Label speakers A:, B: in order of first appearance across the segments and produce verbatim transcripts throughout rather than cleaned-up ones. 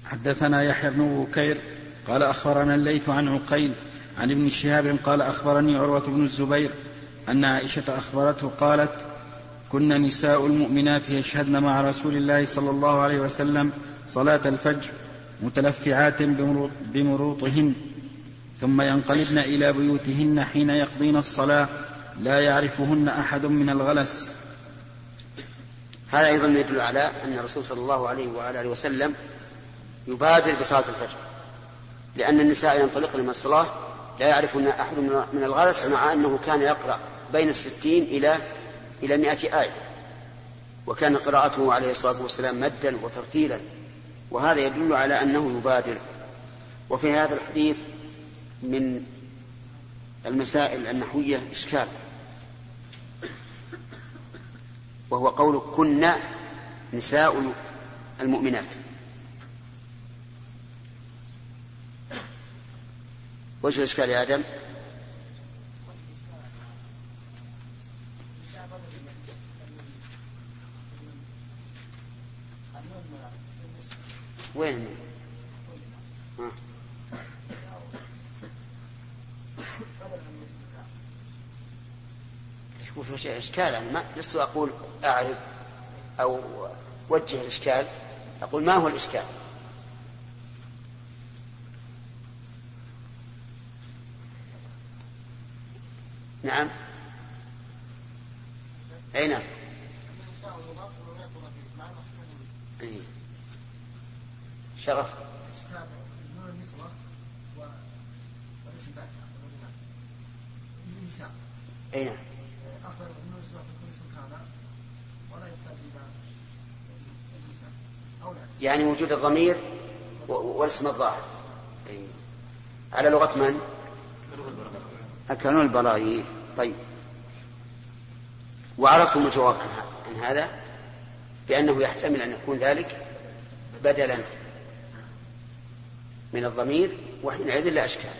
A: حدثنا يحيى بن بكير قال أخبرنا الليث عن عقيل عن ابن شهاب قال أخبرني عروة بن الزبير أن عائشة أخبرته قالت كنا نساء المؤمنات يشهدن مع رسول الله صلى الله عليه وسلم صلاة الفجر متلفعات بمروطهن ثم ينقلبن إلى بيوتهن حين يقضين الصلاة لا يعرفهن أحد من الغلس.
B: هذا أيضا يدل على أن الرسول صلى الله عليه وعلى آله وسلم يبادر بصلاة الفجر، لأن النساء ينطلقن من الصلاة لا يعرفهن أحد من الغلس، مع أنه كان يقرأ بين الستين إلى إلى مئة آية، وكان قراءته عليه الصلاة والسلام مدا وترتيلا، وهذا يدل على أنه يبادر. وفي هذا الحديث من المسائل النحوية إشكال، وهو قول كنا نساء المؤمنات. وش الإشكال يا آدم؟ وين ها. وش إشكال؟ أنا ما لست أقول أعرف أو وجه الإشكال، أقول ما هو الإشكال؟ نعم أي نعم أي. شرف أي نعم يعني وجود الضمير والاسم الظاهر على لغة من؟ الكانون البراغيث. طيب، وعرفتم الجواب عن هذا بأنه يحتمل أن يكون ذلك بدلا من الضمير، وحينئذ لا أشكال.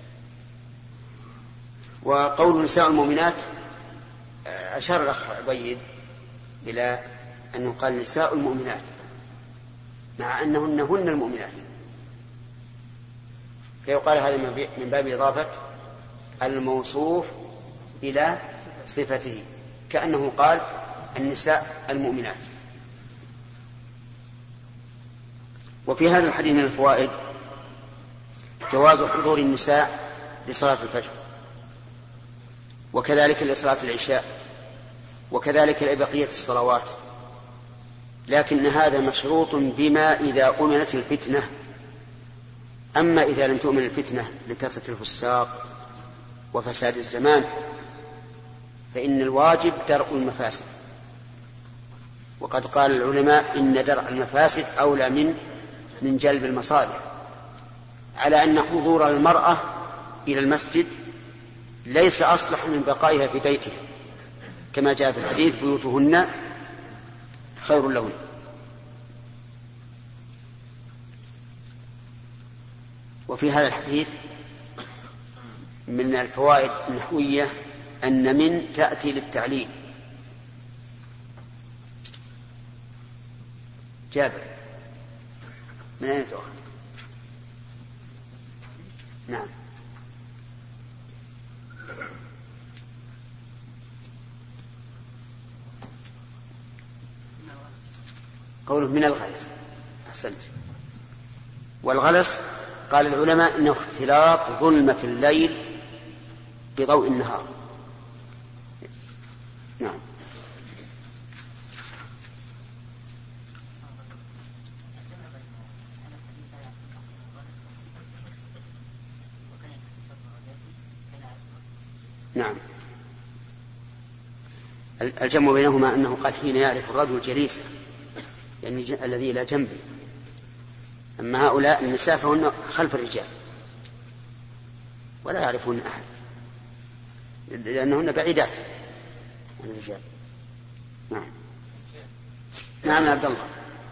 B: وقول نساء المؤمنات أشار الأخ عبيد إلى أنه قال نساء المؤمنات مع أنهن هن المؤمنات، فيقال هذا من باب إضافة الموصوف إلى صفته، كأنه قال النساء المؤمنات. وفي هذا الحديث من الفوائد جواز حضور النساء لصلاة الفجر، وكذلك لصلاة العشاء، وكذلك لبقية الصلوات، لكن هذا مشروط بما إذا أمنت الفتنة. أما إذا لم تؤمن الفتنة لكثرة الفساق وفساد الزمان فإن الواجب درء المفاسد، وقد قال العلماء إن درء المفاسد أولى من من جلب المصالح، على أن حضور المرأة إلى المسجد ليس أصلح من بقائها في بيتها، كما جاء في الحديث بيوتهن خير لهن. وفي هذا الحديث من الفوائد النحوية أن من تأتي للتعليل. جابر من أين تؤخذ؟ نعم قوله من الغلس. أحسنت. والغلس قال العلماء إنه اختلاط ظلمة الليل بضوء النهار. نعم. نعم. الجمع بينهما أنه قال حين يعرف الرجل جليسه، يعني الذي لا جنبه. أما هؤلاء النساء فهن خلف الرجال ولا يعرفون أحد لأنهن بعيدات عن الرجال. نعم. نعم عبد الله.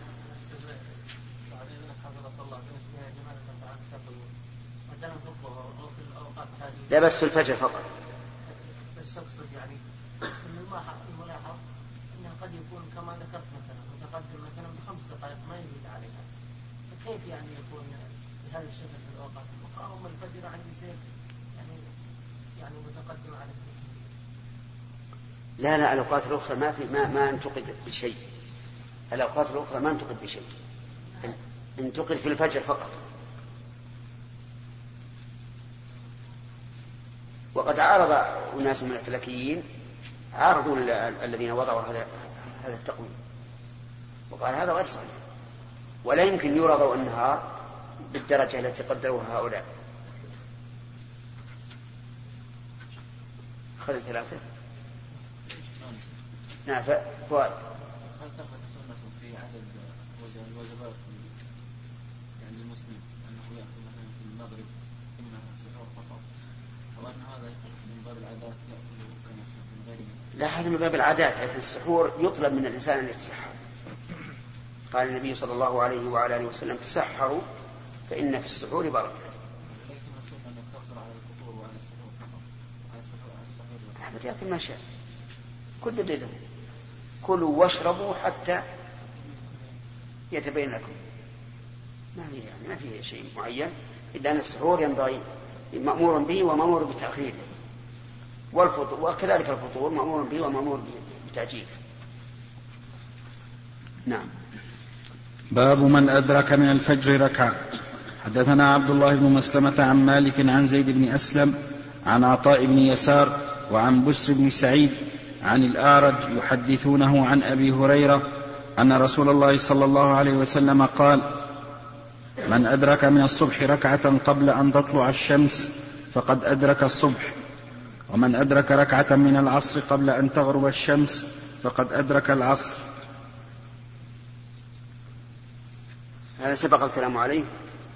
B: لا بس في الفجر فقط.
C: بس أقصد يعني من الملاحظ أنه قد يكون كما ذكرت مثلا متقدم مثلا بخمس دقائق ما يزيد عليها، كيف يعني يكون بهذا الشكل في الأوقات الأخرى وما الفجر عن يصير يعني يعني متقدم على الذكر؟
B: لا لا الأوقات الأخرى ما في ما ما انتقد بشيء. الأوقات الأخرى ما انتقد بشيء، انتقد في الفجر فقط. وقد عارض الناس من الفلكيين، عارضوا الذين وضعوا هذا هذا التقويم وقال هذا غير صحيح، ولا يمكن يرى ضوء النهار بالدرجة التي قدروها هؤلاء. خذ ثلاثة. نعم فؤاد.
D: هل ثبت سنة في عدد الوجبات يعني المسلم أنه يأكل مثلا في المغرب ثم السحور فقط، أو أن هذا من باب العادات يأكل كما من غيره؟
B: لا، هذا من باب العادات، لكن السحور يطلب من الإنسان أن يتسحر. قال النبي صلى الله عليه وعلى آله وسلم تسحروا فإن في السحور بركة.
D: ليس من السنة أن يقتصر على الفطور وعلى السحور فقط، على السحور على السحور.
B: أحمد يأكل ما شاء، كل بيده، كلوا واشربوا حتى يتبين لكم. ما في يعني ما في شيء معين، إلا أن السحور ينبغي مأمور به ومأمور بتأخيره، والفطور وكذلك الفطور مأمور به ومأمور بتأجيله. نعم.
A: باب من أدرك من الفجر ركعة. حدثنا عبد الله بن مسلمة عن مالك عن زيد بن أسلم عن عطاء بن يسار وعن بسر بن سعيد عن الأعرج يحدثونه عن أبي هريرة أن رسول الله صلى الله عليه وسلم قال: من أدرك من الصبح ركعة قبل أن تطلع الشمس فقد أدرك الصبح، ومن أدرك ركعة من العصر قبل أن تغرب الشمس فقد أدرك العصر.
B: هذا سبق الكلام عليه،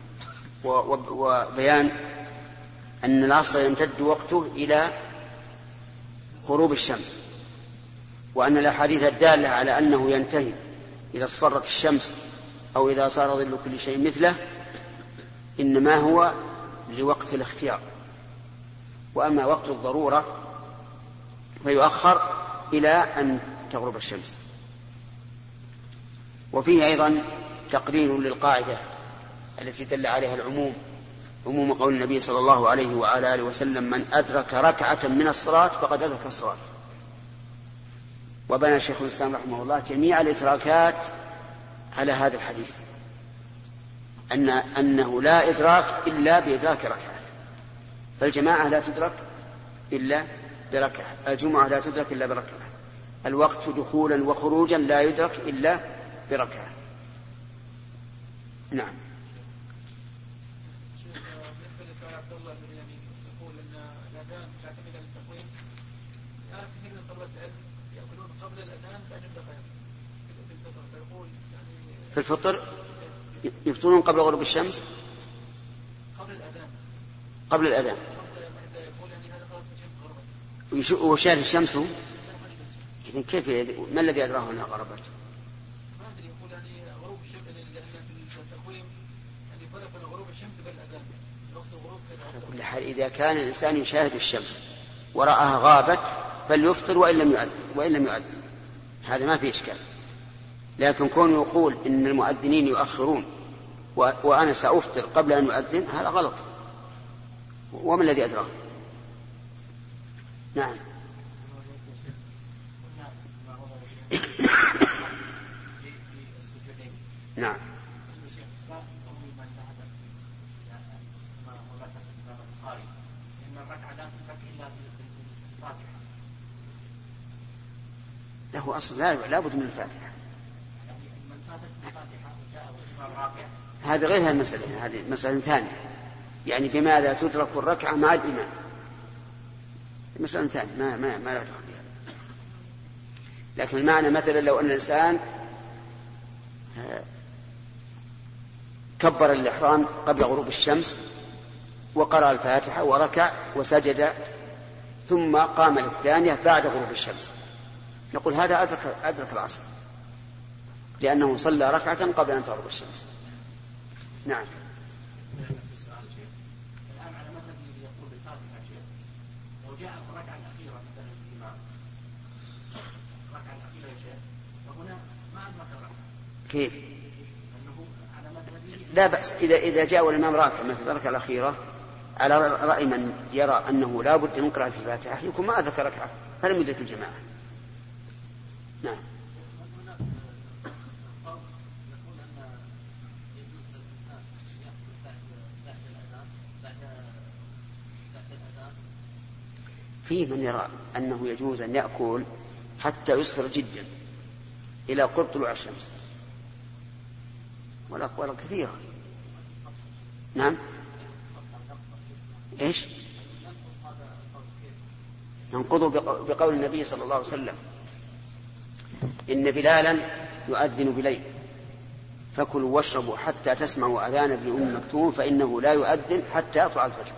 B: وبيان أن العصر يمتد وقته إلى غروب الشمس، وأن الأحاديث الدالة على أنه ينتهي إذا اصفرت الشمس أو إذا صار ظل كل شيء مثله إنما هو لوقت الاختيار، وأما وقت الضرورة فيؤخر إلى أن تغرب الشمس. وفيه أيضا تقرير للقاعدة التي دل عليها العموم، عموم قول النبي صلى الله عليه وعلى آله وسلم: من أدرك ركعة من الصلاة فقد أدرك الصلاة. وبنى شيخ الإسلام رحمه الله جميع الإدراكات على هذا الحديث، أن أنه لا إدراك إلا بإدراك ركعة، فالجماعة لا تدرك إلا بركعة، الجمعة لا تدرك إلا بركعة، الوقت دخولا وخروجا لا يدرك إلا بركعة. نعم. في الفطر يفطرون قبل غروب الشمس
C: قبل الأذان
B: قبل الأذان وشاهد الشمس. إذن كيف ما الذي أدراه أنها غربت؟
C: ما أدري، يقول يعني غروب الشمس في التقويم يعني فرق غروب الشمس بالأذان وقت الغروب.
B: على كل حال إذا كان الإنسان يشاهد الشمس ورآها غابت فليفطر وإن لم يؤذن وإن لم يؤذن، هذا ما في إشكال. لكن كون يقول إن المؤذنين يؤخرون وأنا سأفطر قبل أن يؤذن هذا غلط، وما الذي أدراه؟ نعم. نعم. له أصل لا بد من الفاتحة. هذا غير هالمسألة، هذه مسألة ثانية، يعني بماذا تدرك الركعة مع الإمام، مسألة ثانية ما ما ما لا تدرك بها. لكن المعنى مثلا لو أن الإنسان كبر الإحرام قبل غروب الشمس وقرأ الفاتحة وركع وسجد ثم قام للثانية بعد غروب الشمس، نقول هذا أدرك, أدرك العصر لأنه صلى ركعة قبل أن تغرب الشمس. نعم.
C: الآن على مثل الذي يقول بالفاتحة شيء وجاء في الركعة الأخيرة مثلا الإمام الركعة الأخيرة يا شيخ، فهنا ما أدرك الركعة.
B: كيف؟
C: أنه على مثل
B: لا بأس إذا إذا جاء الإمام راكع مثل الركعة الأخيرة على رأي من يرى أنه لا بد من قراءة الفاتحة يكون ما أدرك ركعة فلم يدرك الجماعة. نعم. فيه من يرى أنه يجوز أن يأكل حتى يصفر جدا إلى قرب طلوع الشمس، والأقوال كثيرة. نعم. إيش؟ ننقضوا بقول النبي صلى الله عليه وسلم إن بلالا يؤذن بليل فكلوا واشربوا حتى تسمعوا أذان ابن أم مكتوم فإنه لا يؤذن حتى يطلع الفجر.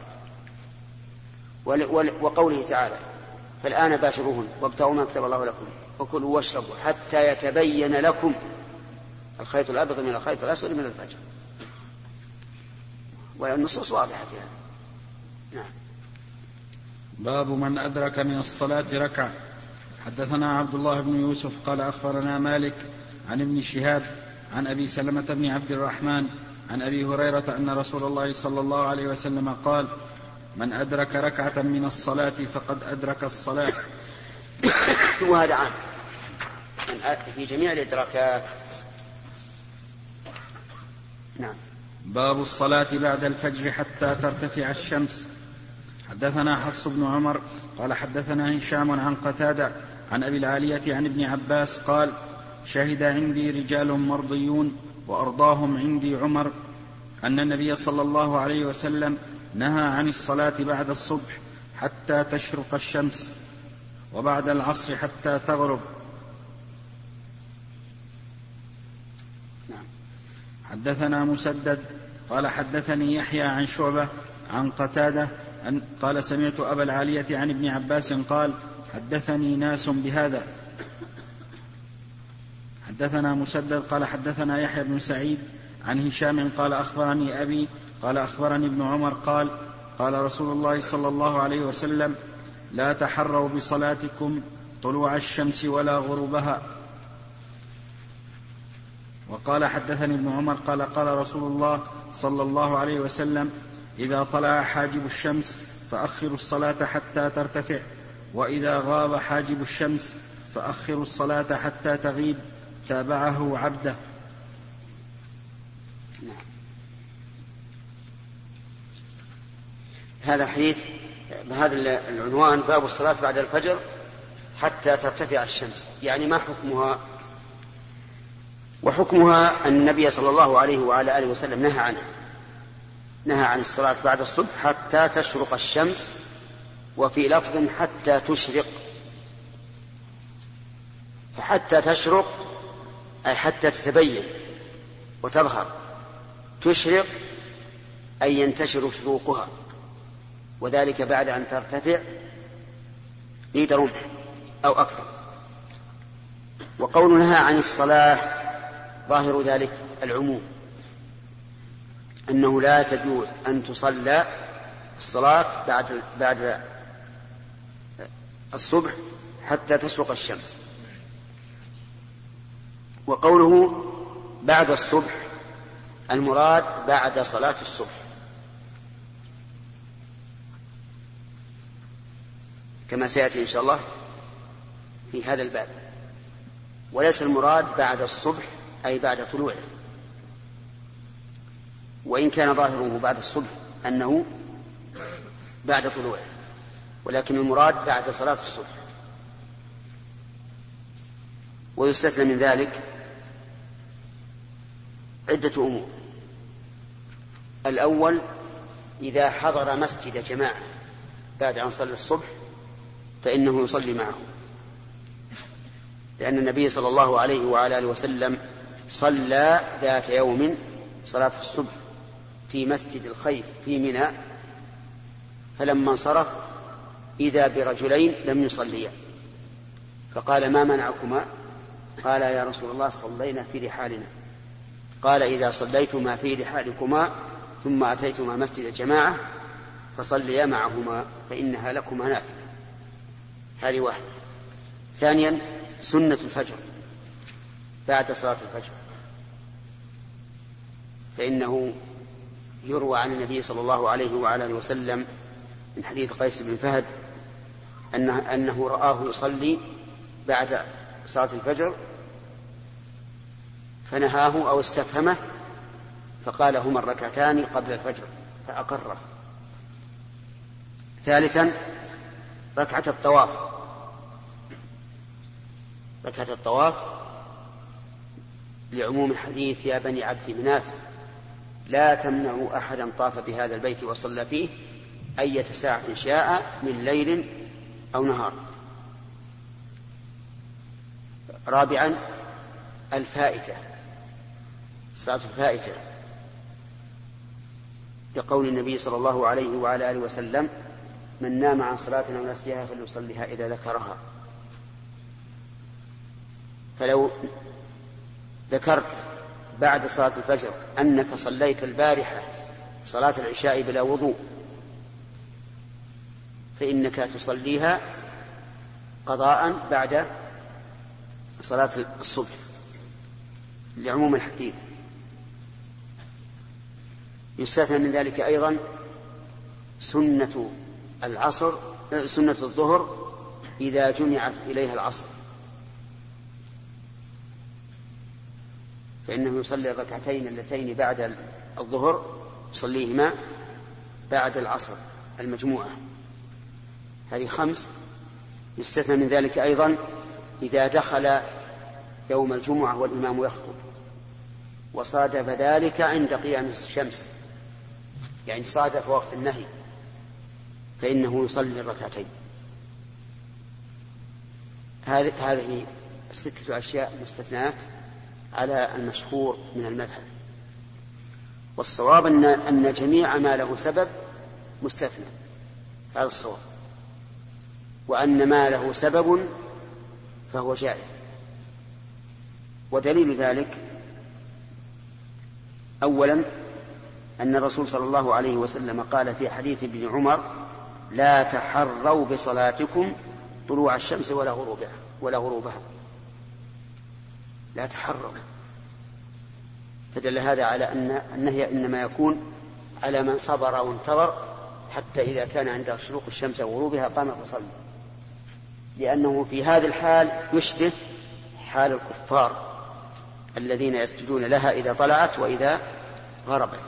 B: وقوله تعالى فالآن باشروهن وابتغوا ما كتب الله لكم وكلوا واشربوا حتى يتبين لكم الخيط الأبيض من الخيط الأسود من الفجر، والنصوص واضحة في هذا. نعم.
A: باب من أدرك من الصلاة ركعة. حدثنا عبد الله بن يوسف قال أخبرنا مالك عن ابن شهاب عن أبي سلمة بن عبد الرحمن عن أبي هريرة أن رسول الله صلى الله عليه وسلم قال من أدرك ركعة من الصلاة فقد أدرك الصلاة.
B: وهذا عام في جميع الإدراكات. نعم.
A: باب الصلاة بعد الفجر حتى ترتفع الشمس. حدثنا حفص بن عمر قال حدثنا هشام عن قتادة عن أبي العالية عن ابن عباس قال شهد عندي رجال مرضيون وأرضاهم عندي عمر أن النبي صلى الله عليه وسلم نهى عن الصلاة بعد الصبح حتى تشرق الشمس وبعد العصر حتى تغرب. حدثنا مسدد قال حدثني يحيى عن شعبة عن قتادة أن قال سمعت أبا العالية عن ابن عباس قال حدثني ناس بهذا. حدثنا مسدد قال حدثنا يحيى بن سعيد عن هشام قال أخبرني أبي قال أخبرني ابن عمر قال قال رسول الله صلى الله عليه وسلم لا تحروا بصلاتكم طلوع الشمس ولا غروبها. وقال حدثني ابن عمر قال قال رسول الله صلى الله عليه وسلم إذا طلع حاجب الشمس فأخروا الصلاة حتى ترتفع وإذا غاب حاجب الشمس فأخروا الصلاة حتى تغيب. تابعه عبده.
B: هذا الحديث بهذا العنوان باب الصلاة بعد الفجر حتى ترتفع الشمس، يعني ما حكمها؟ وحكمها أن النبي صلى الله عليه وعلى آله وسلم نهى عنها، نهى عن الصلاة بعد الصبح حتى تشرق الشمس، وفي لفظ حتى تشرق. فحتى تشرق أي حتى تتبين وتظهر، تشرق أي ينتشر شروقها، وذلك بعد أن ترتفع قيد رمح أو أكثر. وقولنا عن الصلاة ظاهر ذلك العموم، أنه لا تجوز أن تصلى الصلاة بعد بعد الصبح حتى تشرق الشمس. وقوله بعد الصبح المراد بعد صلاة الصبح، كما سيأتي إن شاء الله في هذا الباب، وليس المراد بعد الصبح أي بعد طلوعه، وإن كان ظاهره بعد الصبح أنه بعد طلوعه، ولكن المراد بعد صلاة الصبح. ويستثنى من ذلك عدة أمور. الأول إذا حضر مسجد جماعة بعد أن صلى الصبح فإنه يصلي معه، لأن النبي صلى الله عليه وعلى آله وسلم صلى ذات يوم صلاة الصبح في مسجد الخيف في منى، فلما انصرف إذا برجلين لم يصليا، فقال ما منعكما؟ قال يا رسول الله صلينا في رحالنا. قال إذا صليتما في رحالكما ثم أتيتما مسجد جماعة فصليا معهما فإنها لكما نافلة. هذه واحدة. ثانيا سنة الفجر بعد صلاة الفجر، فإنه يروى عن النبي صلى الله عليه وعلى آله وسلم من حديث قيس بن فهد أنه, أنه رآه يصلي بعد صلاة الفجر فنهاه أو استفهمه فقال هما الركعتان قبل الفجر فأقره. ثالثا ركعة الطواف. ركعة الطواف لعموم الحديث يا بني عبد مناف لا تمنعوا أحدا طاف بهذا البيت وصلى فيه أية ساعة شاء من ليل أو نهار. رابعا الفائتة، صلاة الفائتة، لقول النبي صلى الله عليه وعلى آله وسلم من نام عن صلاة أو نسيها فليصليها إذا ذكرها. فلو ذكرت بعد صلاة الفجر أنك صليت البارحة صلاة العشاء بلا وضوء فإنك تصليها قضاء بعد صلاة الصبح لعموم الحديث. يستثنى من ذلك أيضا سنة العصر سنة الظهر إذا جمعت إليها العصر فإنه يصلي الركعتين اللتين بعد الظهر يصليهما بعد العصر المجموعة. هذه خمس. يستثنى من ذلك أيضا إذا دخل يوم الجمعة والإمام يخطب وصادف ذلك عند قيام الشمس يعني صادف وقت النهي فإنه يصلي الركعتين. هذه ستة أشياء مستثنات على المشهور من المذهب، والصواب أن, أن جميع ما له سبب مستثنى، هذا الصواب، وأن ما له سبب فهو جائز. ودليل ذلك أولا أن الرسول صلى الله عليه وسلم قال في حديث ابن عمر لا تحروا بصلاتكم طلوع الشمس ولا غروبها ولا غروبها لا تحروا. فدل هذا على أن النهي إنما يكون على من صبر وانتظر حتى إذا كان عند شروق الشمس وغروبها قام فصلى، لأنه في هذه الحال يشبه حال الكفار الذين يسجدون لها إذا طلعت وإذا غربت.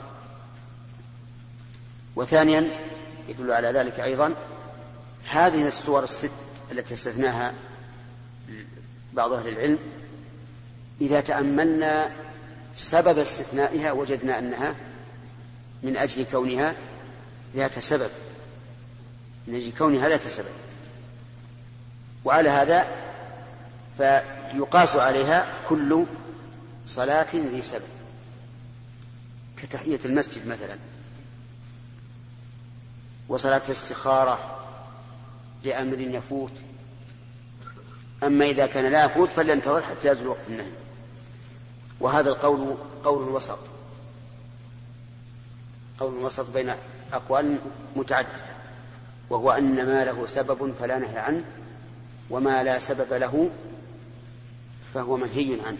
B: وثانيا يدل على ذلك أيضا هذه الصور الست التي استثناها بعض أهل العلم إذا تأملنا سبب استثنائها وجدنا أنها من أجل كونها ذات سبب من أجل كونها ذات سبب، وعلى هذا فيقاس عليها كل صلاة ذي سبب كتحية المسجد مثلا، وصلاة الاستخارة لأمر يفوت. أما إذا كان لا يفوت فلينتظر حتى يزول وقت النهي. وهذا القول قول وسط، قول وسط بين أقوال متعددة، وهو أن ما له سبب فلا نهي عنه وما لا سبب له فهو منهي عنه.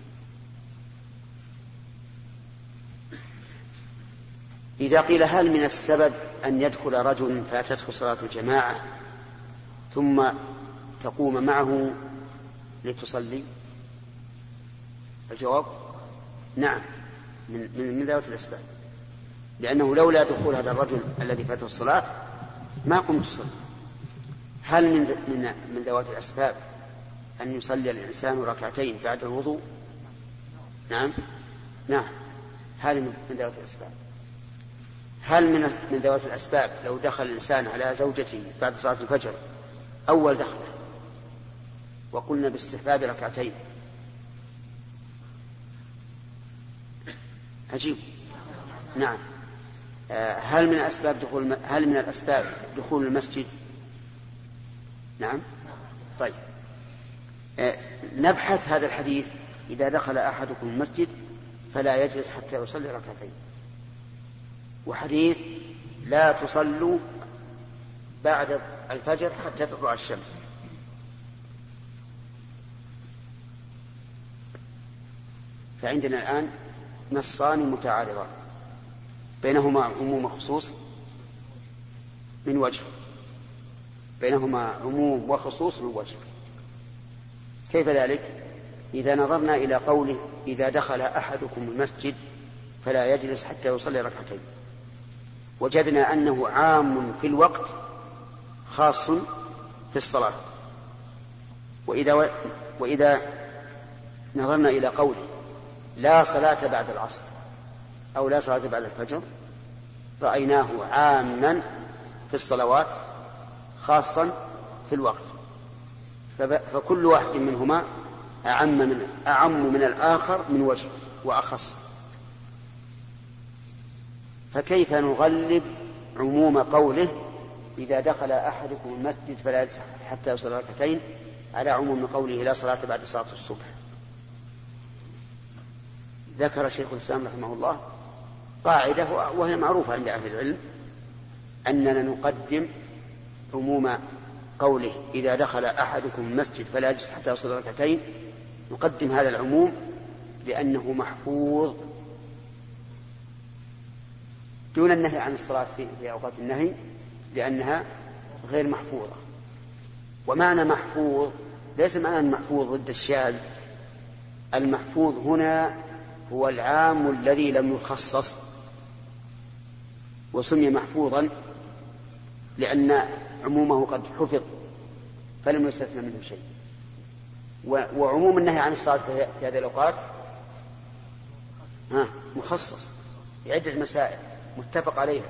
B: إذا قيل هل من السبب أن يدخل رجل فاتته صلاة الجماعة ثم تقوم معه لتصلي؟ الجواب نعم، من, من, من ذوات الأسباب، لأنه لولا دخول هذا الرجل الذي فاته الصلاة ما قمت تصلي. هل من, من, من ذوات الأسباب أن يصلي الإنسان ركعتين بعد الوضوء؟ نعم نعم، هذه من ذوات الأسباب. هل من من ذوات الأسباب لو دخل الإنسان على زوجته بعد صلاة الفجر أول دخله وقلنا باستحباب ركعتين؟ عجيب. نعم. هل من أسباب دخول هل من الأسباب دخول المسجد؟ نعم. طيب نبحث هذا الحديث إذا دخل أحدكم المسجد فلا يجلس حتى يصلي ركعتين، وحديث لا تصلوا بعد الفجر حتى تطلع الشمس. فعندنا الآن نصان متعارضان بينهما عموم وخصوص من وجه، بينهما عموم وخصوص من وجه. كيف ذلك؟ إذا نظرنا إلى قوله إذا دخل أحدكم المسجد فلا يجلس حتى يصلي ركعتين، وجدنا أنه عام في الوقت خاص في الصلاة. وإذا, و... وإذا نظرنا إلى قوله لا صلاة بعد العصر أو لا صلاة بعد الفجر رأيناه عاما في الصلوات خاصا في الوقت، فكل واحد منهما أعم من, أعم من الآخر من وجه وأخص. فكيف نغلب عموم قوله إذا دخل أحدكم المسجد فلا يجلس حتى يصلي ركعتين على عموم قوله لا صلاة بعد صلاة الصبح؟ ذكر شيخ الإسلام رحمه الله قاعدة وهي معروفة عند أهل العلم، أننا نقدم عموم قوله إذا دخل أحدكم المسجد فلا يجلس حتى يصلي ركعتين، نقدم هذا العموم لأنه محفوظ دون النهي عن الصلاة في أوقات النهي لأنها غير محفوظة. ومعنى محفوظ ليس معنى المحفوظ ضد الشاذ، المحفوظ هنا هو العام الذي لم يخصص، وسمي محفوظا لأن عمومه قد حفظ فلم يستثنى منه شيء. وعموم النهي عن الصلاة في هذه الأوقات ها مخصص بعدة مسائل متفق عليها،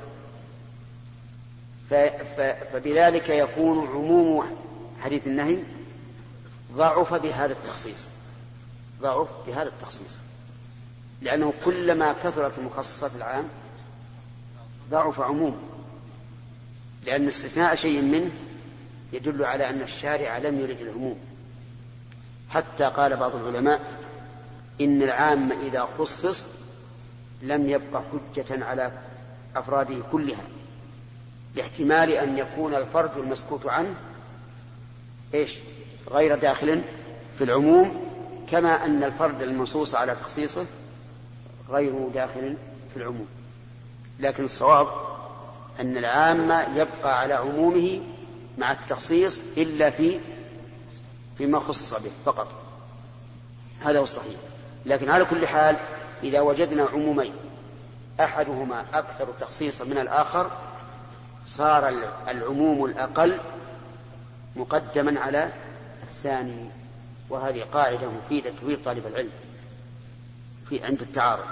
B: فبذلك يكون عموم حديث النهي ضعف بهذا التخصيص، ضعف بهذا التخصيص، لأنه كلما كثرت المخصصات العام ضعف عموم، لأن استثناء شيء منه يدل على أن الشارع لم يرد العموم. حتى قال بعض العلماء إن العام إذا خصص لم يبقى حجة على أفراده كلها، لاحتمال أن يكون الفرد المسكوت عنه إيش غير داخل في العموم، كما أن الفرد المنصوص على تخصيصه غير داخل في العموم. لكن الصواب أن العام يبقى على عمومه مع التخصيص إلا في فيما خصص به فقط، هذا هو الصحيح. لكن على كل حال إذا وجدنا عمومين أحدهما أكثر تخصيصا من الآخر صار العموم الأقل مقدما على الثاني، وهذه قاعدة مفيدة تفيد طالب العلم في عند التعارض.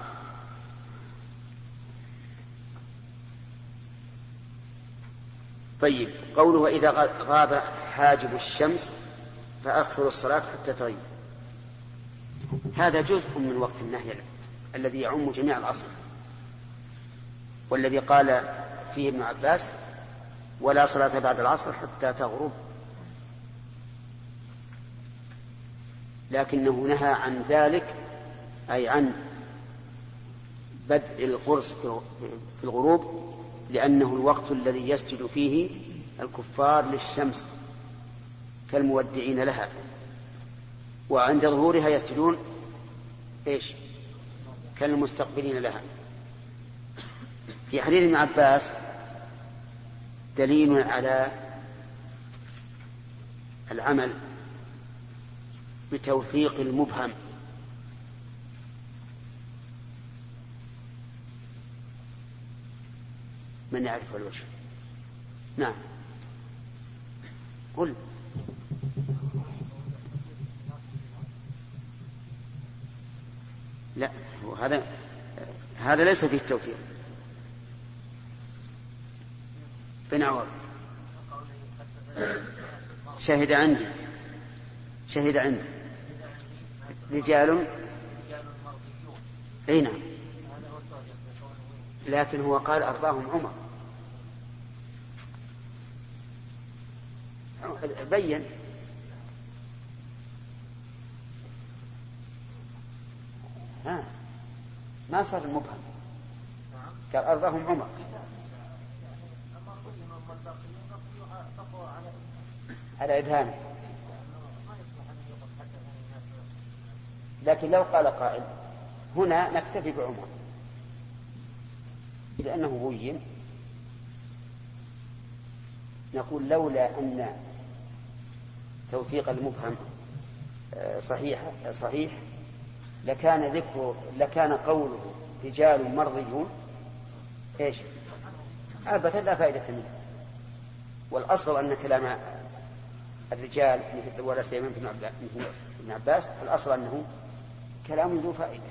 B: طيب، قوله إذا غاب حاجب الشمس فأخر الصلاة حتى تغيب، هذا جزء من وقت النهي الذي يعم جميع العصر، والذي قال فيه ابن عباس ولا صلاة بعد العصر حتى تغرب، لكنه نهى عن ذلك أي عن بدء القرص في الغروب، لأنه الوقت الذي يسجد فيه الكفار للشمس كالمودعين لها، وعند ظهورها يسجدون إيش كالمستقبلين لها. في حديث ابن عباس دليل على العمل بتوثيق المبهم، من يعرف الوجه؟ نعم قل. لا، هذا هذا ليس فيه التوفيق. بن عوض شهد عندي شهد عندي رجال أي نعم، لكن هو قال أرضاهم عمر، بين ها ما صار المبهم، قال أرضاهم عمر. على إبهامه، لكن لو قال قائل هنا نكتفي بعمر لأنه بين. نقول لولا أن توثيق المبهم صحيح صحيح لكان ذكر لكان قوله رجال مرضيون ايش عبثا لا فائدة منه. والأصل أن كلام الرجال مثل ولا سيما مثل ابن عباس الأصل أنه كلام ذو فائدة.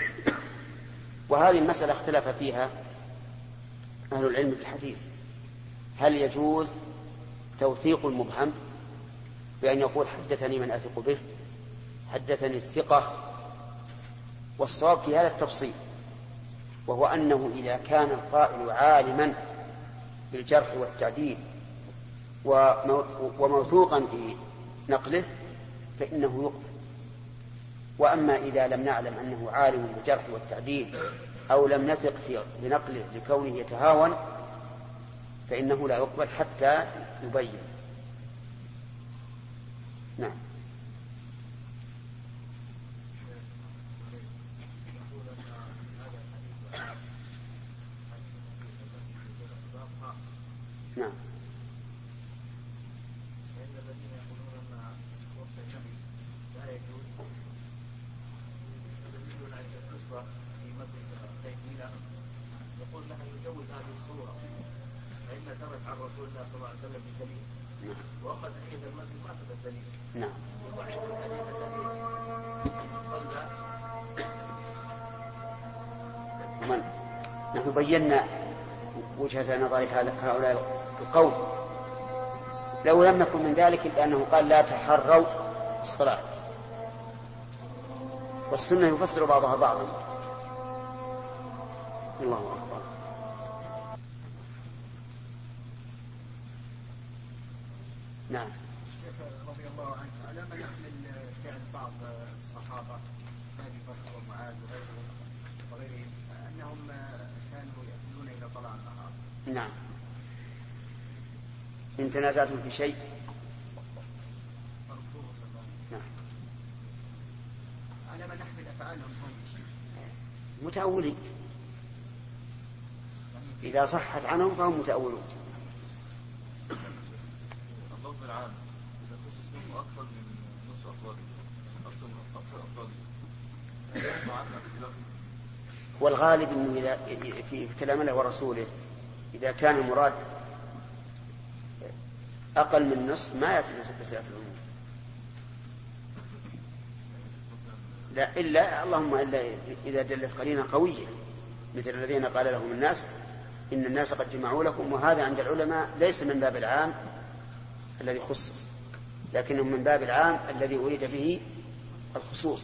B: وهذه المسألة اختلف فيها أهل العلم بالحديث، هل يجوز توثيق المبهم بأن يقول حدثني من أثق به، حدثني الثقة؟ والصواب في هذا التفصيل، وهو أنه إذا كان القائل عالما بالجرح والتعديل وموثوقا في نقله فإنه يقبل. وأما إذا لم نعلم أنه عالم بالجرح والتعديل أو لم نثق في بنقله لكونه يتهاون فإنه لا يقبل حتى يبين. نعم. نعم.
E: فإن الذين يقولون أن وصف النبي لا يجوز يدلون على القصة في مسجد تيمية يقول لها يجوز هذه الصورة فإن ثبت عن رسول الله صلى الله عليه وسلم بالدليل. وأما تحية المسجد ما ثبت دليل.
B: نعم.
E: وعند الحديث
B: الذي نحن بينا وجهة نظر هؤلاء القول لو لم نكن من ذلك إلا أنه قال لا تحروا الصلاة، والسنة يفسر بعضها بعضا. الله أكبر. نعم.
E: رضي الله عنه لما يحمل فعل بعض الصحابة أبي بكر ومعاذ وغيرهم وغيرهم أنهم كانوا يأكلون إلى طلع النهار.
B: نعم. إن تنازعتم في شيء. نعم.
E: على ما نحمل أفعالهم هم
B: متأولين، إذا صحت عنهم فهم متأولون.
D: اللفظ العام إذا خصص منه أكثر من نصف أفراده أكثر من أكثر أفراده
B: والغالب أنه إذا في كلام الله ورسوله إذا كان المراد أقل من نصف ما يأتي بصفة العموم، لا إلا اللهم إلا إذا دلت قرينة قوية مثل الذين قال لهم الناس إن الناس قد جمعوا لكم، وهذا عند العلماء ليس من باب العام الذي خصص، لكنه من باب العام الذي أريد به الخصوص.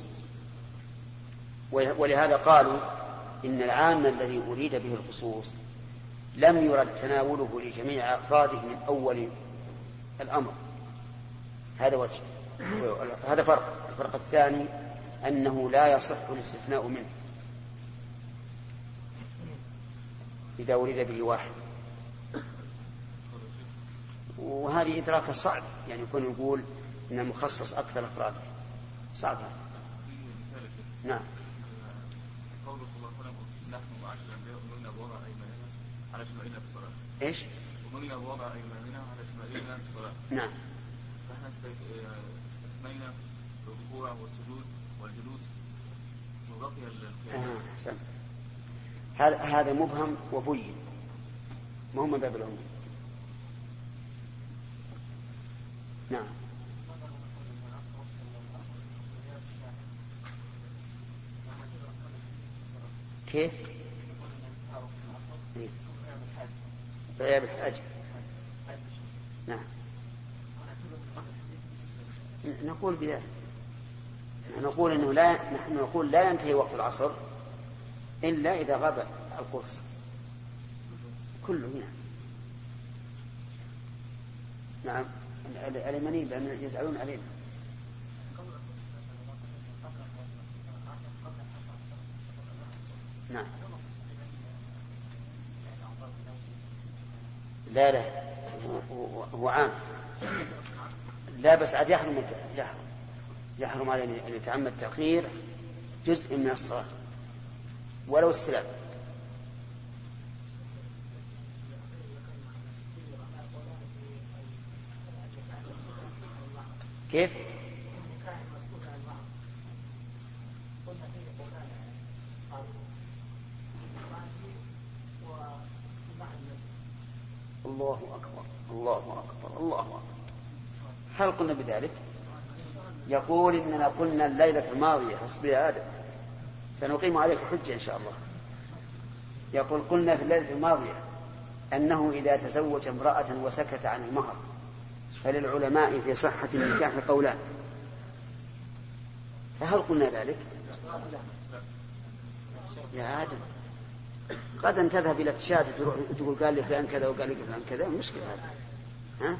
B: ولهذا قالوا إن العام الذي أريد به الخصوص لم يرد تناوله لجميع أفراده من أول الأمر. هذا وجه. هذا فرق. الفرق الثاني أنه لا يصح الاستثناء منه إذا أريد به واحد، وهذه إدراك صعب، يعني يكون يقول إن المخصص أكثر أفراده صعب هذا. نعم.
D: قوله صلى الله عليه وسلم نحن معاشر الأنبياء أمرنا بوضع أيماننا على شمائلنا في الصلاة.
B: إيش؟
D: أمرنا بوضع أيماننا على شمائلنا في الصلاة.
B: نعم.
D: فإحنا استثنينا الركوع والسجود والجلوس وبقي القيام.
B: أحسن. هذا هذا مبهم وبين، ما هو من باب العموم. نعم. كيف؟ غياب الحاج. نعم. نقول بذلك، نقول إنه لا، نحن نقول لا ينتهي وقت العصر إلا إذا غاب القرص كله. هنا نعم. اليمنيين لأن يزعلون علينا. نعم. لا لا هو عام، لا بس عاد يحرم يحرم يحرم عليه أن يتعمد تأخير جزء من الصلاة ولو السلام. كيف؟ الله أكبر الله أكبر الله أكبر. هل قلنا بذلك؟ يقول إننا قلنا الليلة الماضية حسب يا آدم سنقيم عليك حجة إن شاء الله. يقول قلنا في الليلة الماضية أنه إذا تزوج امرأة وسكت عن المهر فللعلماء في صحة النكاح قولان، فهل قلنا ذلك؟ يا آدم غدا تذهب إلى الشاهد تقول قال لي فلان كذا وقال لي فلان كذا، مشكلة هذا. ها؟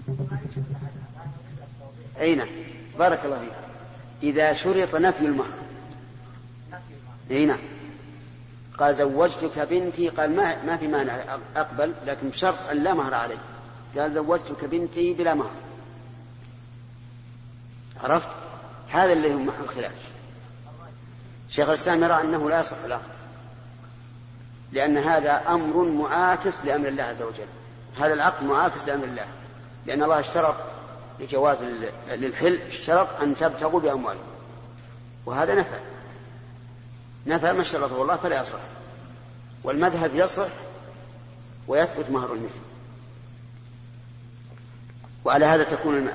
B: أين؟ بارك الله فيك. إذا شرط نفي المهر، أين؟ قال زوجتك بنتي، قال ما ما في مانع أقبل، لكن بشرط أن لا مهر عليه. قال زوجتك بنتي بلا مهر. عرفت؟ هذا اللي هو محل الخلاف. شيخ الإسلام يرى أنه لا يصح العقد، لأن هذا أمر معاكس لأمر الله عز وجل. هذا العقد معاكس لأمر الله، لأن الله اشترط لجواز للحل اشترط أن تبتغوا بأموالكم، وهذا نفى نفى ما اشترطه الله فلا يصح. والمذهب يصح ويثبت مهر المثل. وعلى هذا تكون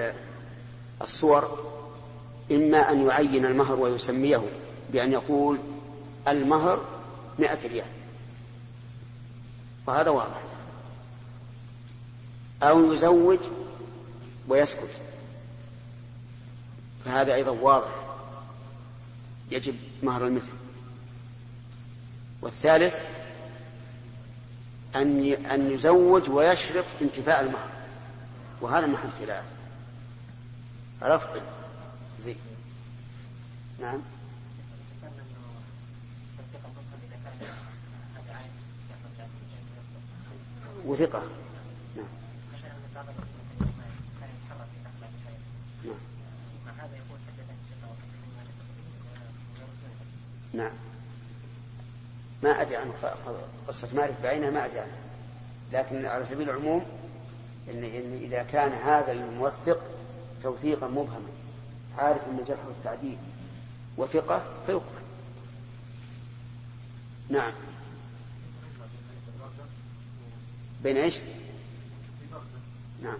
B: الصور إما أن يعين المهر ويسميه بأن يقول المهر مئة ريال، وهذا واضح، أو يزوج ويسكت، فهذا أيضا واضح يجب مهر المثل. والثالث أن أن يزوج ويشرط انتفاء المهر، وهذا محل خلاف. عرفت؟ زين. نعم. وثقة. نعم. نعم. ما أدري عنه قصة معرفة بعينها، ما أدري عنه، لكن على سبيل العموم إن, إن إذا كان هذا الموثق توثيقا مبهما عارف أن الجرح والتعديل وثقة فيقبل. نعم. بين إيش؟ نعم.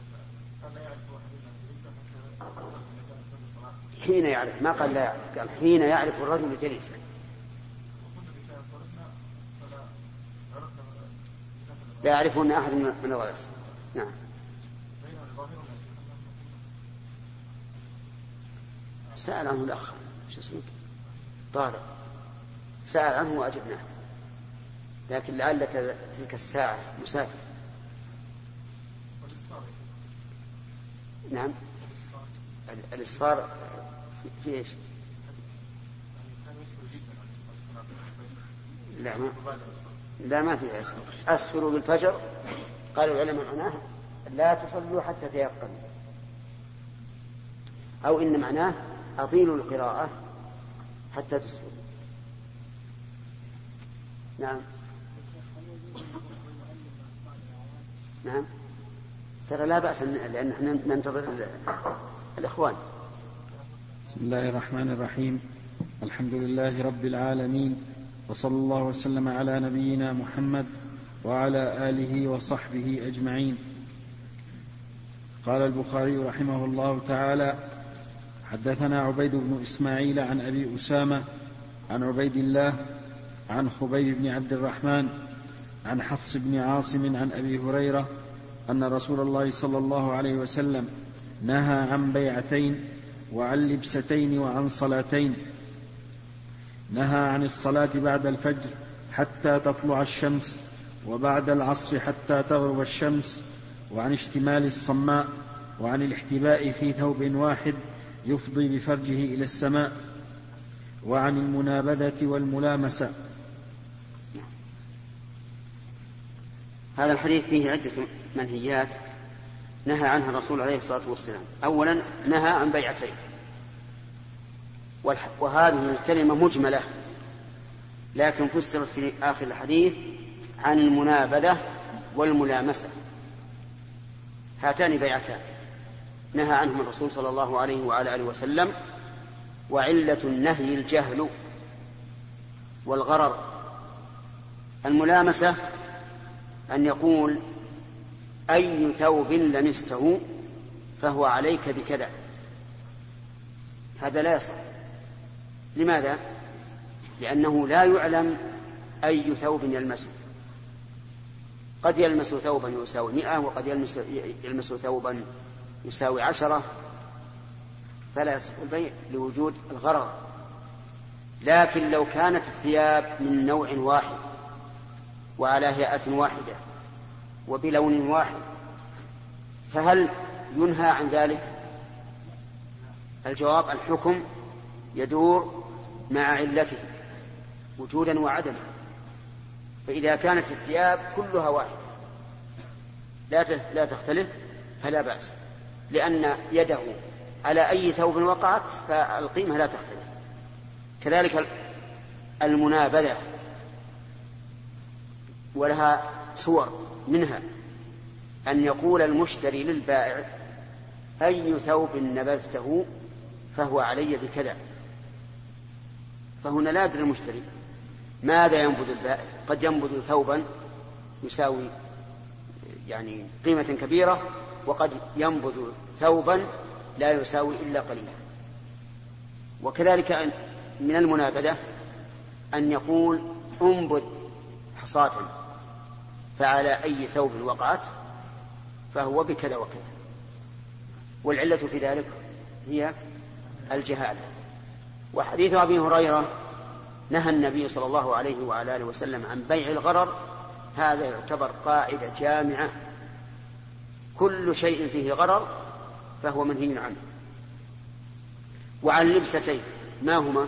B: حين يعرف، ما قال لا يعرف، قال حين يعرف الرجل جليسا. لا يعرفه أن أحد من الغلس. نعم. سأل عنه الأخ شو اسمك؟ طارق. سأل عنه وأجبناه، لكن لعلك تلك الساعة مسافر. نعم. الإسفار في إيش؟ لا ما لا ما في أسفر. أسفروا بالفجر قالوا العلماء معناه لا تصلوا حتى تيقنوا، أو إن معناه أطيلوا القراءة حتى تسفروا. نعم. نعم. ترى لا بأس لأن نحن ننتظر الإخوان.
A: بسم الله الرحمن الرحيم. الحمد لله رب العالمين، وصلى الله وسلم على نبينا محمد وعلى آله وصحبه أجمعين. قال البخاري رحمه الله تعالى: حدثنا عبيد بن إسماعيل عن أبي أسامة عن عبيد الله عن خبيب بن عبد الرحمن عن حفص بن عاصم عن أبي هريرة أن رسول الله صلى الله عليه وسلم نهى عن بيعتين وعن لبستين وعن صلاتين. نهى عن الصلاة بعد الفجر حتى تطلع الشمس، وبعد العصر حتى تغرب الشمس، وعن اشتمال الصماء، وعن الاحتباء في ثوب واحد يفضي بفرجه إلى السماء، وعن المنابذة والملامسة.
B: هذا الحديث فيه عدة منهيات نهى عنها الرسول عليه الصلاة والسلام. أولا نهى عن بيعتين، وهذه الكلمة مجملة لكن فسرت في آخر الحديث عن المنابذة والملامسة، هاتان بيعتان نهى عنهما الرسول صلى الله عليه وعلى آله وسلم. وعلة النهي الجهل والغرر. الملامسة أن يقول أي ثوب لمسته فهو عليك بكذا، هذا لا يصح. لماذا؟ لأنه لا يعلم أي ثوب يلمسه، قد يلمس ثوبا يساوي مئة وقد يلمس, يلمس ثوبا يساوي عشرة، فلا يصح البيع لوجود الغرر. لكن لو كانت الثياب من نوع واحد وعلى هيئة واحدة وبلون واحد فهل ينهى عن ذلك؟ الجواب الحكم يدور مع علته وجودا وعدما. فإذا كانت الثياب كلها واحدة لا تختلف فلا بأس، لأن يده على أي ثوب وقعت فالقيمة لا تختلف. كذلك المنابذة ولها صور، منها أن يقول المشتري للبائع أي ثوب نبذته فهو علي بكذا، فهنا لا يدري المشتري ماذا ينبذ البائع، قد ينبذ ثوبا يساوي يعني قيمة كبيرة وقد ينبذ ثوبا لا يساوي إلا قليلا. وكذلك من المنابذة أن يقول انبذ حصاة فعلى أي ثوب وقعت فهو بكذا وكذا، والعلة في ذلك هي الجهالة. وحديث أبي هريرة نهى النبي صلى الله عليه وعلى آله وسلم عن بيع الغرر، هذا يعتبر قاعدة جامعة، كل شيء فيه غرر فهو منهي عنه. وعن اللبستين ما هما؟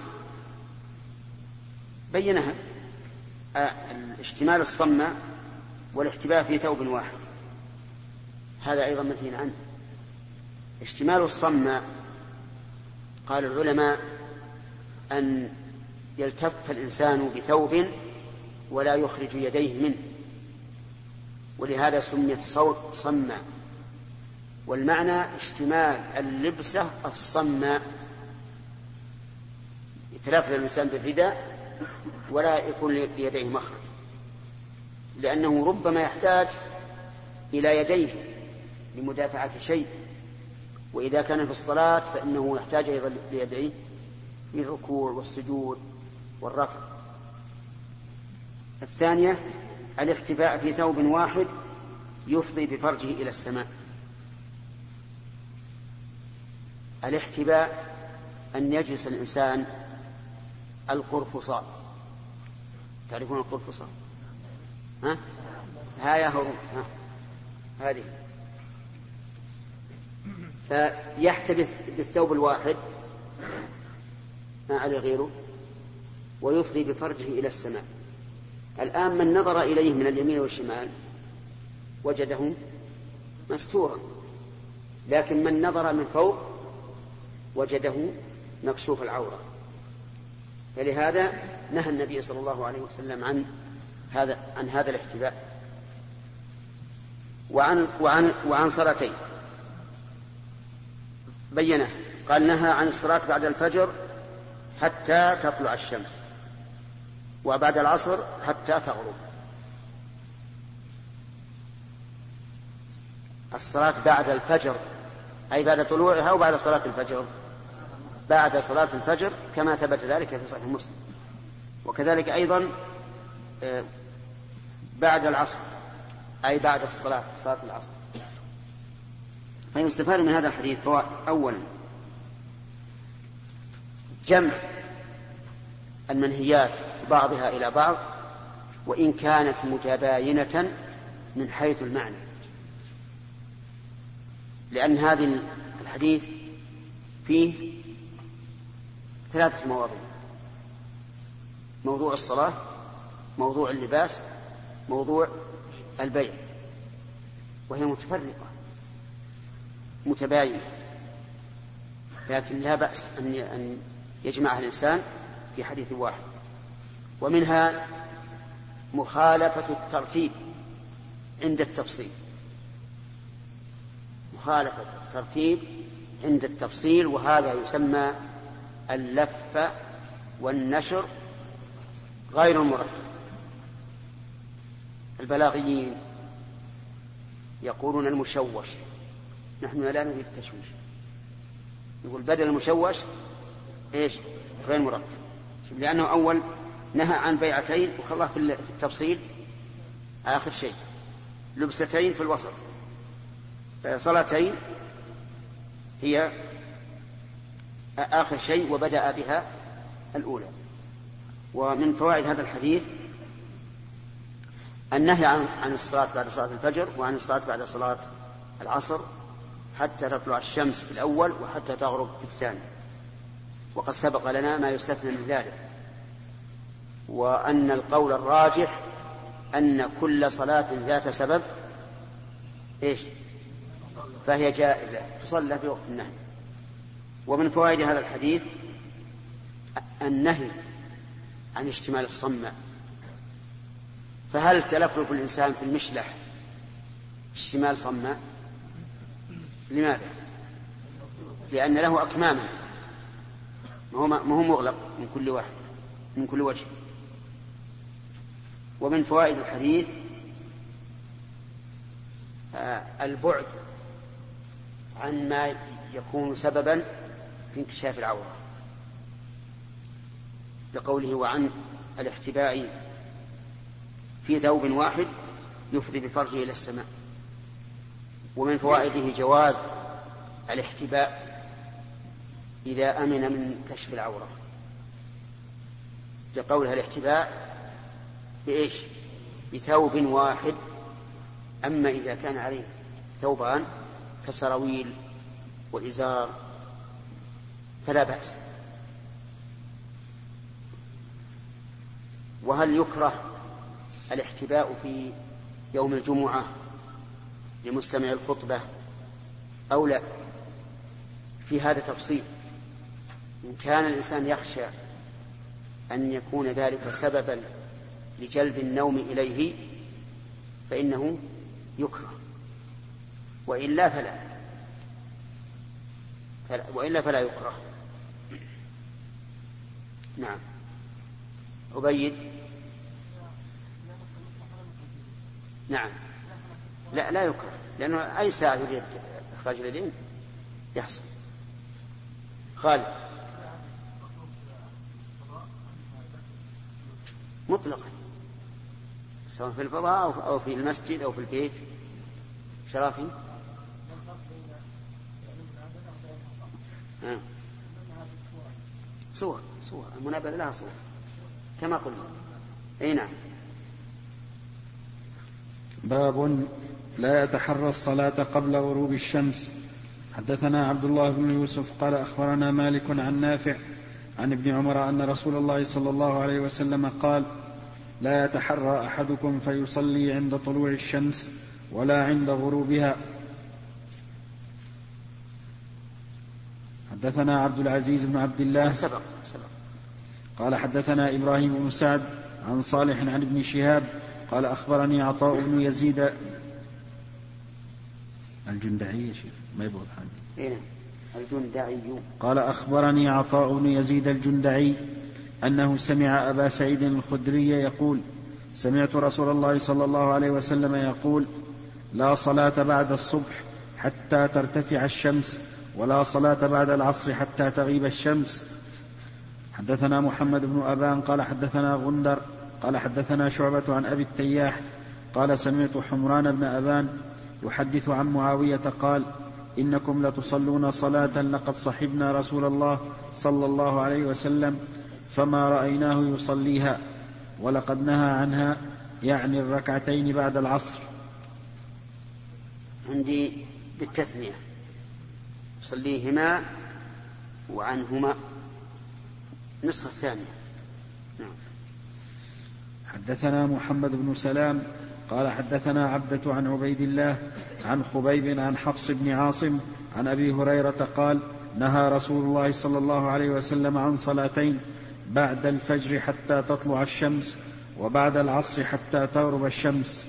B: بينها الاشتمال الصمة والاحتباء في ثوب واحد، هذا أيضا منهي عنه. اشتمال الصمة قال العلماء أن يلتف الإنسان بثوب ولا يخرج يديه منه، ولهذا سميت صوت صمة. والمعنى اشتمال اللبسة الصمة، يتلافى الإنسان بالرداء ولا يكون ليديه مخرج، لأنه ربما يحتاج إلى يديه لمدافعة شيء، وإذا كان في الصلاة فإنه يحتاج أيضا ليديه في الركوع والسجود والرفع. الثانية الاحتفاء في ثوب واحد يفضي بفرجه إلى السماء. الاحتباء أن يجلس الإنسان القرفصاء، تعرفون القرفصاء؟ ها؟ ها يا هو ها هذه، فيحتبث بالثوب الواحد ما عليه غيره ويفضي بفرجه إلى السماء. الآن من نظر إليه من اليمين والشمال وجده مستورا، لكن من نظر من فوق وجده مكشوف العورة. فلهذا نهى النبي صلى الله عليه وسلم عن هذا عن هذا الاحتباء. وعن وعن وعن صلاتين بينه، قال نهى عن الصلاة بعد الفجر حتى تطلع الشمس، وبعد العصر حتى تغرب. الصلاة بعد الفجر أي بعد طلوعها أو بعد صلاة الفجر؟ بعد صلاة الفجر كما ثبت ذلك في صحيح مسلم. وكذلك أيضا بعد العصر أي بعد الصلاة صلاة العصر. فيستفاد من هذا الحديث فوائد. أولا جمع المنهيات بعضها إلى بعض وإن كانت متباينة من حيث المعنى، لأن هذا الحديث فيه ثلاثة مواضيع: موضوع الصلاة، موضوع اللباس، موضوع البيع، وهي متفرقة متباينة، لكن لا بأس أن يجمعها الإنسان في حديث واحد. ومنها مخالفة الترتيب عند التفصيل، مخالفة الترتيب عند التفصيل، وهذا يسمى اللف والنشر غير المرتب. البلاغيين يقولون المشوش، نحن لا نريد التشويش، يقول بدل المشوش ايش؟ غير مرتب، لأنه أول نهى عن بيعتين وخلاه في التفصيل آخر شيء، لبستين في الوسط، صلاتين هي آخر شيء وبدأ بها الأولى. ومن فوائد هذا الحديث النهي عن عن الصلاة بعد صلاة الفجر وعن الصلاة بعد صلاة العصر حتى تطلع الشمس في الأول وحتى تغرب في الثاني، وقد سبق لنا ما يستثنى من ذلك. وأن القول الراجح أن كل صلاة ذات سبب إيش؟ فهي جائزة تصلى في وقت النهي. ومن فوائد هذا الحديث النهي عن اشتمال الصماء. فهل تلفظ الإنسان في المشلح اشتمال صماء؟ لماذا؟ لأن له أكماما، ما هو مغلق من كل واحد من كل وجه. ومن فوائد الحديث البعد عن ما يكون سببا في انكشاف العورة، لقوله وعن الاحتباء في ثوب واحد يفضي بفرجه إلى السماء. ومن فوائده جواز الاحتباء إذا أمن من كشف العورة، لقولها الاحتباء بإيش؟ بثوب واحد. أما إذا كان عليه ثوبان كسراويل وإزار فلا بأس. وهل يكره الاحتباء في يوم الجمعة لمستمع الخطبة أو لا؟ في هذا تفصيل. إن كان الإنسان يخشى أن يكون ذلك سببا لجلب النوم إليه فإنه يكره، وإلا فلا, فلا وإلا فلا يكره. نعم. أبيد. نعم. لا لا يكره، لأنه أي ساعة يريد إخراج اليدين يحصل. خالد. مطلقا، سواء في الفضاء أو في المسجد أو في البيت. شرافي. آه. صور صور المنابذ لها صور كما قلنا. أي نعم.
A: باب لا يتحرى الصلاة قبل غروب الشمس. حدثنا عبد الله بن يوسف قال أخبرنا مالك عن نافع عن ابن عمر أن رسول الله صلى الله عليه وسلم قال لا يتحرى أحدكم فيصلي عند طلوع الشمس ولا عند غروبها. حدثنا عبد العزيز بن عبد الله
B: سبق سبق.
A: قال حدثنا إبراهيم بن سعد عن صالح عن ابن شهاب قال أخبرني عطاء بن يزيد الجندعي. يا شيخ ما يبغض حاجة.
B: الجندعي.
A: قال أخبرني عطاء بن يزيد الجندعي أنه سمع أبا سعيد الخدري يقول سمعت رسول الله صلى الله عليه وسلم يقول لا صلاة بعد الصبح حتى ترتفع الشمس ولا صلاة بعد العصر حتى تغيب الشمس. حدثنا محمد بن أبان قال حدثنا غندر قال حدثنا شعبة عن أبي التياح قال سمعت حمران بن أبان يحدث عن معاوية قال إنكم لتصلون صلاة لقد صحبنا رسول الله صلى الله عليه وسلم فما رأيناه يصليها ولقد نهى عنها، يعني الركعتين بعد العصر.
B: عندي بالتثنية يصليهما وعنهما نصف الثانية. نعم.
A: حدثنا محمد بن سلام قال حدثنا عبدة عن عبيد الله عن خبيب عن حفص بن عاصم عن أبي هريرة قال نهى رسول الله صلى الله عليه وسلم عن صلاتين بعد الفجر حتى تطلع الشمس، وبعد العصر حتى تغرب الشمس.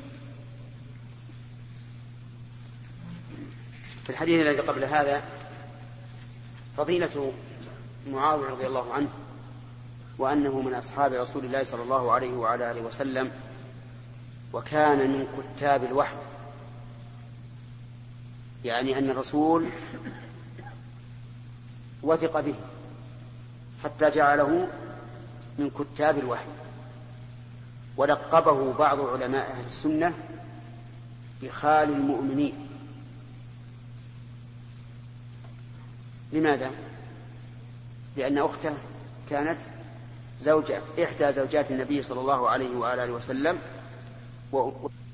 B: في الحديث الذي قبل هذا فضيلة معاوية رضي الله عنه، وأنه من أصحاب رسول الله صلى الله عليه وعلى آله وسلم، وكان من كتاب الوحي، يعني أن الرسول وثق به حتى جعله من كتاب الوحي، ولقبه بعض علماء أهل السنة بخال المؤمنين. لماذا؟ لأن أخته كانت زوجة إحدى زوجات النبي صلى الله عليه وآله وسلم، و